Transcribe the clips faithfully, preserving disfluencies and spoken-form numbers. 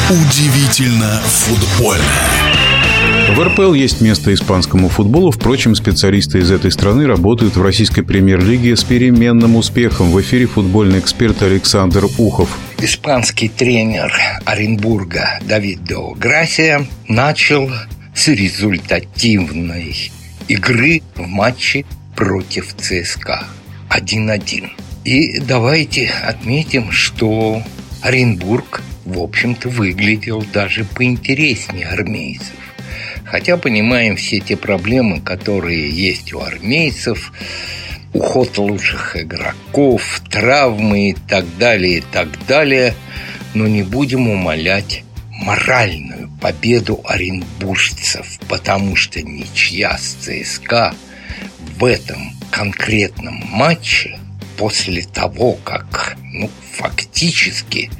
Удивительно футбольно. В эр пэ эл есть место испанскому футболу. Впрочем, специалисты из этой страны работают в российской премьер-лиге с переменным успехом. В эфире футбольный эксперт Александр Ухов. Испанский тренер Оренбурга Давид де Грасия начал с результативной игры в матче против ЦСКА один один. И давайте отметим, что Оренбург, в общем-то, выглядел даже поинтереснее армейцев. Хотя понимаем все те проблемы, которые есть у армейцев, уход лучших игроков, травмы и так далее, и так далее. Но не будем умалять моральную победу оренбуржцев, потому что ничья с ЦСКА в этом конкретном матче, после того, как ну, фактически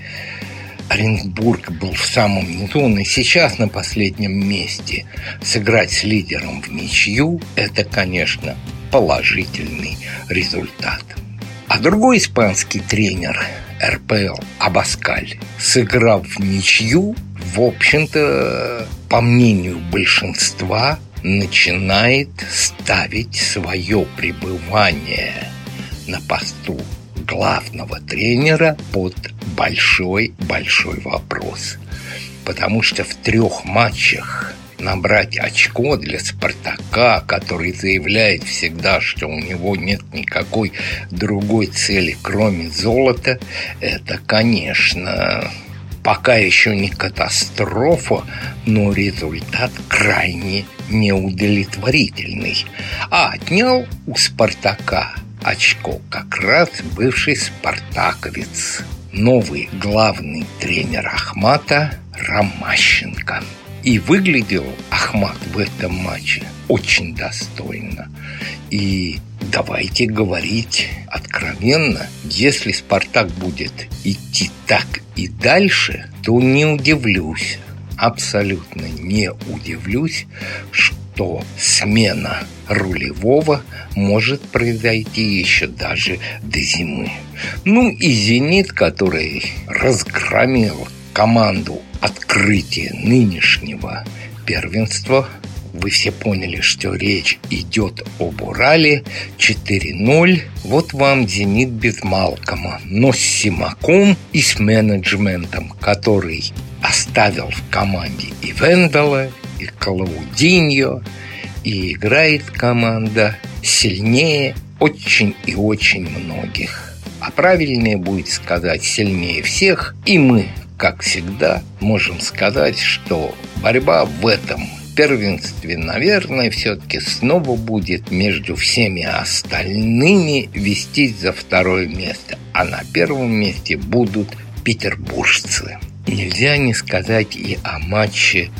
Оренбург был в самом низу, и сейчас на последнем месте, сыграть с лидером в ничью – это, конечно, положительный результат. А другой испанский тренер эр пэ эл Абаскаль, сыграв в ничью, в общем-то, по мнению большинства, начинает ставить свое пребывание на посту главного тренера под большой-большой вопрос. Потому что в трех матчах набрать очко для «Спартака», который заявляет всегда, что у него нет никакой другой цели, кроме золота, это, конечно, пока еще не катастрофа, но результат крайне неудовлетворительный. А отнял у «Спартака» очко как раз бывший спартаковец, новый главный тренер Ахмата Ромащенко. И выглядел Ахмат в этом матче очень достойно. И давайте говорить откровенно, если «Спартак» будет идти так и дальше, то не удивлюсь, абсолютно не удивлюсь, что смена рулевого может произойти еще даже до зимы. Ну и «Зенит», который разгромил команду открытия нынешнего первенства. Вы все поняли, что речь идет об Урале. четыре ноль. Вот вам «Зенит» без Малкома, но с Симаком и с менеджментом, который оставил в команде и Вендела, и Клаудиньо, и играет команда сильнее очень и очень многих. А правильнее будет сказать сильнее всех. И мы, как всегда, можем сказать, что борьба в этом первенстве, наверное, все-таки снова будет между всеми остальными вестись за второе место. А на первом месте будут петербуржцы. Нельзя не сказать и о матче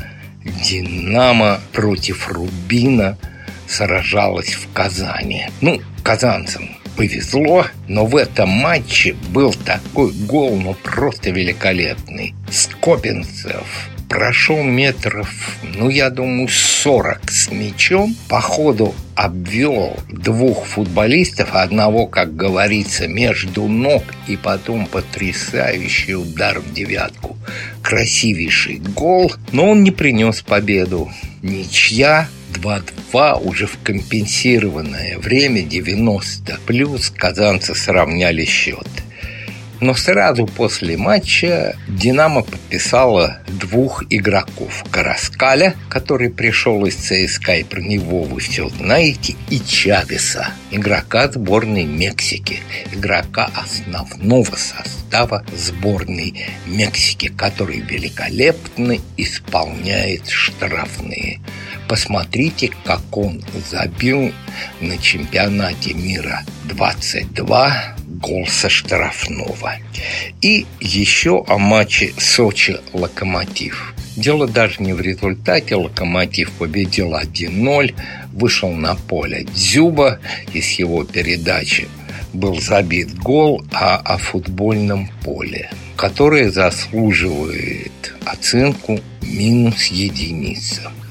«Динамо» против «Рубина» сражалась в Казани. Ну, казанцам повезло, но в этом матче был такой гол, ну просто великолепный. Скопинцев прошел метров, ну я думаю, сорок с мячом, по ходу обвел двух футболистов, одного, как говорится, между ног, и потом потрясающий удар в девятку. Красивейший гол, но он не принес победу. Ничья два-два, уже в компенсированное время, девяносто плюс, казанцы сравняли счет. Но сразу после матча «Динамо» подписала двух игроков. Караскаля, который пришел из ЦСКА, и про него вы все знаете, и Чавеса, игрока сборной Мексики, игрока основного состава сборной Мексики, который великолепно исполняет штрафные. Посмотрите, как он забил на чемпионате мира двадцать два гол со штрафного. И еще о матче Сочи-Локомотив. Дело даже не в результате. Локомотив победил один ноль. Вышел на поле Дзюба. Из его передачи был забит гол, а о футбольном поле, которое заслуживает оценку минус единица.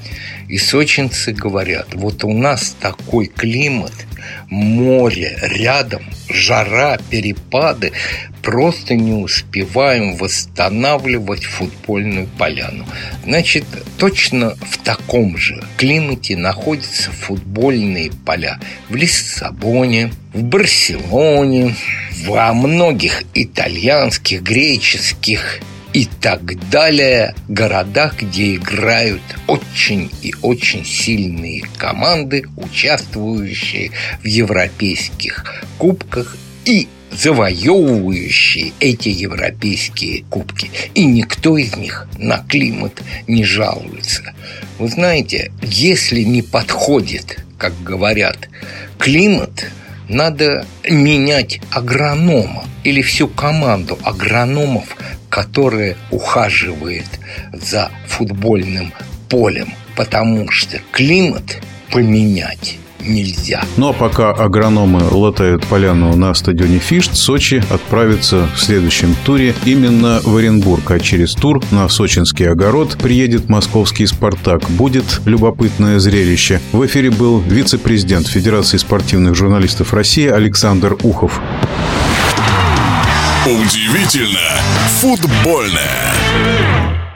И сочинцы говорят: вот у нас такой климат, море рядом, жара, перепады, просто не успеваем восстанавливать футбольную поляну. Значит, точно в таком же климате находятся футбольные поля в Лиссабоне, в Барселоне, во многих итальянских, греческих и так далее городах, где играют очень и очень сильные команды, участвующие в европейских кубках и завоевывающие эти европейские кубки. И никто из них на климат не жалуется. Вы знаете, если не подходит, как говорят, климат, надо менять агронома или всю команду агрономов, которая ухаживает за футбольным полем, потому что климат поменять нельзя. Ну а пока агрономы латают поляну на стадионе Фишт, Сочи отправится в следующем туре именно в Оренбург, а через тур на сочинский огород приедет московский «Спартак». Будет любопытное зрелище. В эфире был вице-президент Федерации спортивных журналистов России Александр Ухов. Удивительно футбольное.